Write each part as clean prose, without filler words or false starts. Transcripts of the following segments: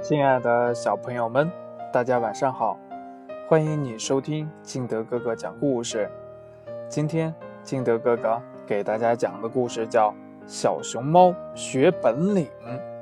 亲爱的小朋友们，大家晚上好，欢迎你收听金德哥哥讲故事。今天金德哥哥给大家讲的故事叫《小熊猫学本领》。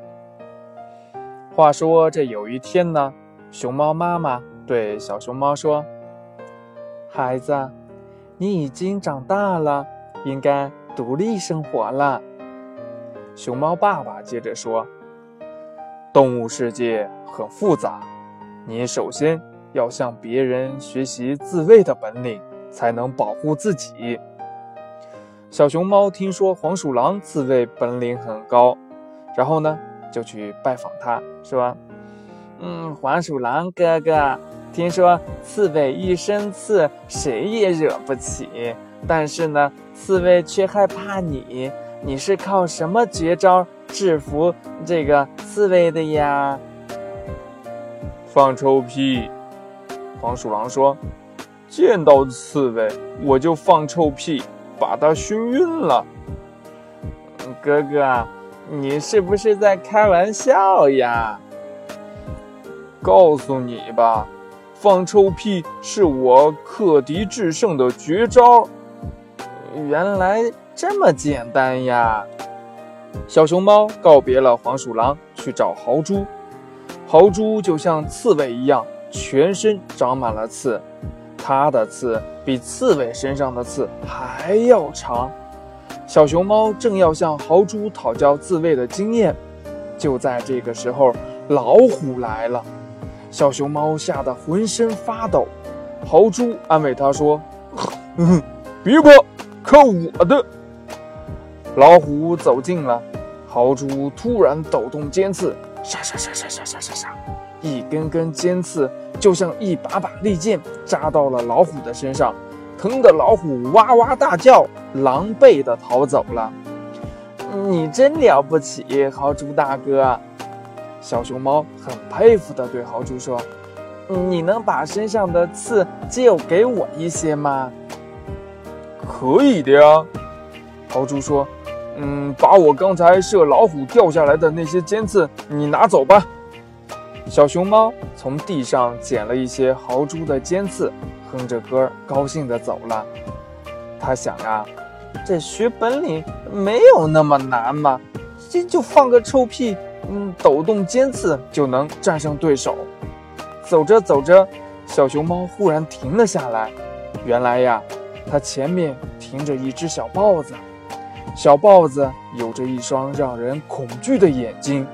话说这有一天呢，熊猫妈妈对小熊猫说：孩子，你已经长大了，应该独立生活了。熊猫爸爸接着说：动物世界很复杂，你首先要向别人学习自卫的本领，才能保护自己。小熊猫听说黄鼠狼自卫本领很高，然后呢就去拜访他，说：黄鼠狼哥哥，听说刺猬一身刺，谁也惹不起，但是呢刺猬却害怕你，你是靠什么绝招制服这个刺猬的呀？ 放臭屁！黄鼠狼说：见到刺猬我就放臭屁，把它熏晕了。 哥哥，你是不是在开玩笑呀？ 告诉你吧，放臭屁是我克敌制胜的绝招。 原来这么简单呀！ 小熊猫告别了黄鼠狼，去找豪猪。豪猪就像刺猬一样，全身长满了刺，它的刺比刺猬身上的刺还要长。小熊猫正要向豪猪讨教自卫的经验，就在这个时候，老虎来了。小熊猫吓得浑身发抖。豪猪安慰它说：别怕，看我的。老虎走近了，豪猪突然抖动尖刺，沙沙沙沙沙沙沙沙，一根根尖刺就像一把把利剑扎到了老虎的身上，疼得老虎哇哇大叫，狼狈地逃走了。你真了不起，豪猪大哥！小熊猫很佩服地对豪猪说：你能把身上的刺借给我一些吗？ 可以的呀。豪猪说：把我刚才射老虎掉下来的那些尖刺你拿走吧。 小熊猫从地上捡了一些豪猪的尖刺，哼着歌高兴地走了。他想啊，这学本领没有那么难嘛，就放个臭屁，抖动尖刺就能战胜对手。走着走着，小熊猫忽然停了下来。原来呀，它前面停着一只小豹子，小豹子有着一双让人恐惧的眼睛。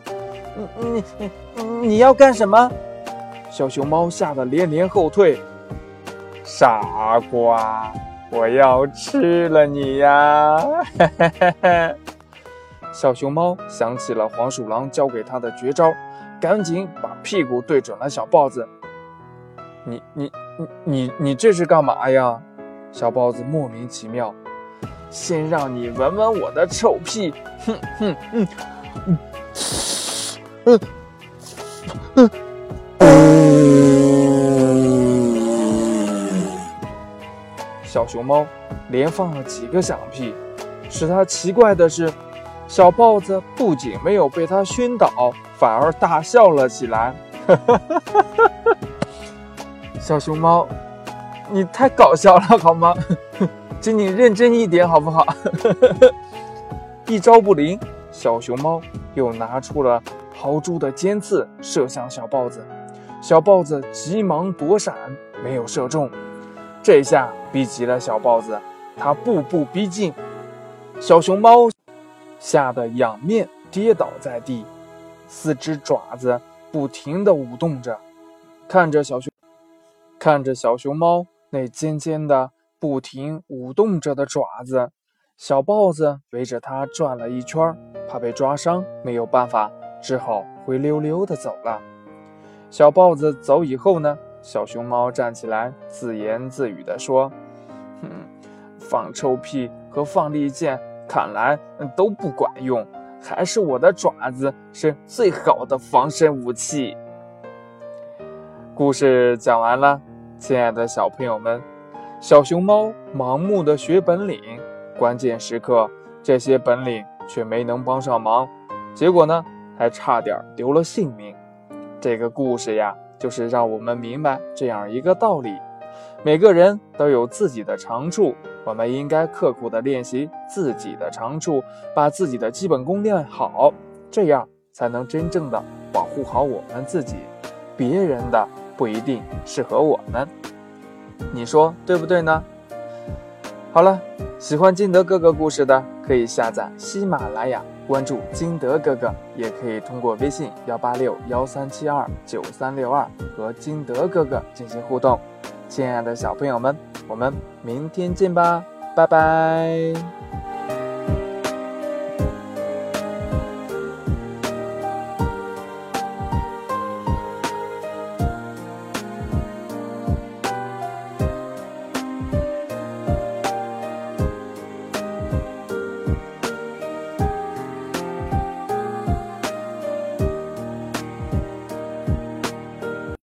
你要干什么？小熊猫吓得连连后退。 傻瓜，我要吃了你呀！ 小熊猫想起了黄鼠狼教给它的绝招，赶紧把屁股对准了小豹子。你这是干嘛呀？小豹子莫名其妙。先让你闻闻我的臭屁！小熊猫连放了几个响屁，使它奇怪的是，小豹子不仅没有被它熏倒，反而大笑了起来。小熊猫，你太搞笑了好吗？请你认真一点好不好？一招不灵，小熊猫又拿出了豪猪的尖刺射向小豹子，小豹子急忙躲闪，没有射中。这下逼急了小豹子，它步步逼近，小熊猫吓得仰面跌倒在地，四只爪子不停地舞动着。看着小熊猫那尖尖的不停舞动着的爪子，小豹子围着它转了一圈，怕被抓伤，没有办法，只好灰溜溜地走了。小豹子走以后呢，小熊猫站起来自言自语地说：放臭屁和放利剑看来都不管用，还是我的爪子是最好的防身武器。故事讲完了，亲爱的小朋友们，小熊猫盲目的学本领，关键时刻这些本领却没能帮上忙，结果呢还差点丢了性命。 这个故事呀，就是让我们明白这样一个道理：每个人都有自己的长处，我们应该刻苦地练习自己的长处，把自己的基本功练好，这样才能真正的保护好我们自己，别人的不一定适合我们。你说对不对呢？好了，喜欢金德哥哥故事的可以下载喜马拉雅，关注金德哥哥，也可以通过微信18613729362和金德哥哥进行互动。亲爱的小朋友们，我们明天见吧，拜拜。